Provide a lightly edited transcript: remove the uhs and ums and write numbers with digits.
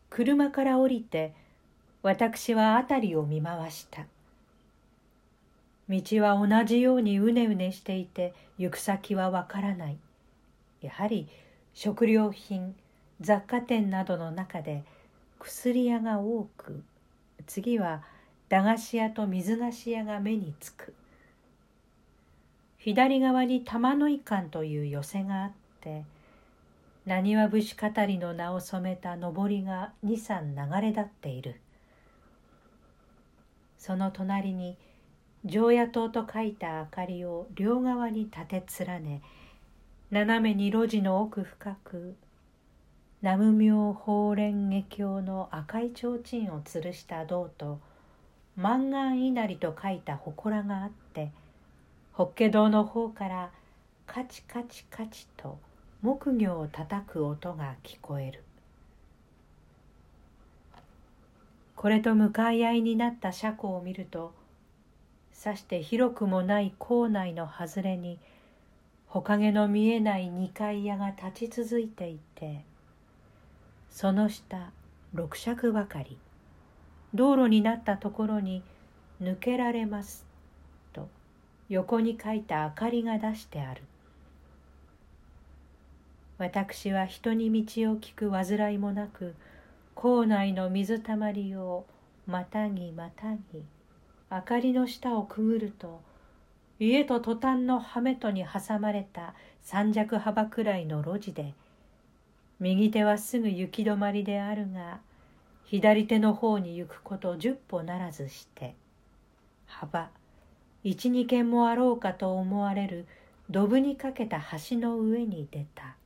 車から降りて私は辺りを見回した。道は同じようにうねうねしていて行く先はわからない。やはり食料品、雑貨店などの中で薬屋が多く、次は駄菓子屋と水菓子屋が目につく。左側に玉野井館という寄席があって、なにわ節語りの名を染めたのぼりが2、3流れ立っている。その隣に常夜灯と書いた明かりを両側に立て連ね、斜めに路地の奥深く、南無妙法蓮華経の赤い提灯を吊るした銅と、満願稲荷と書いた祠があって、法華堂の方からカチカチカチと木魚を叩く音が聞こえる。これと向かい合いになった車庫を見ると、さして広くもない構内の外れに木陰の見えない二階屋が立ち続いていて、その下六尺ばかり、道路になったところに抜けられますと横に書いた明かりが出してある。私は人に道を聞く煩いもなく、構内の水たまりをまたぎまたぎ、明かりの下をくぐると、家とトタンの羽目とに挟まれた三尺幅くらいの路地で、右手はすぐ行き止まりであるが、左手の方に行くこと10歩ならずして、幅1、2軒もあろうかと思われるドブにかけた橋の上に出た。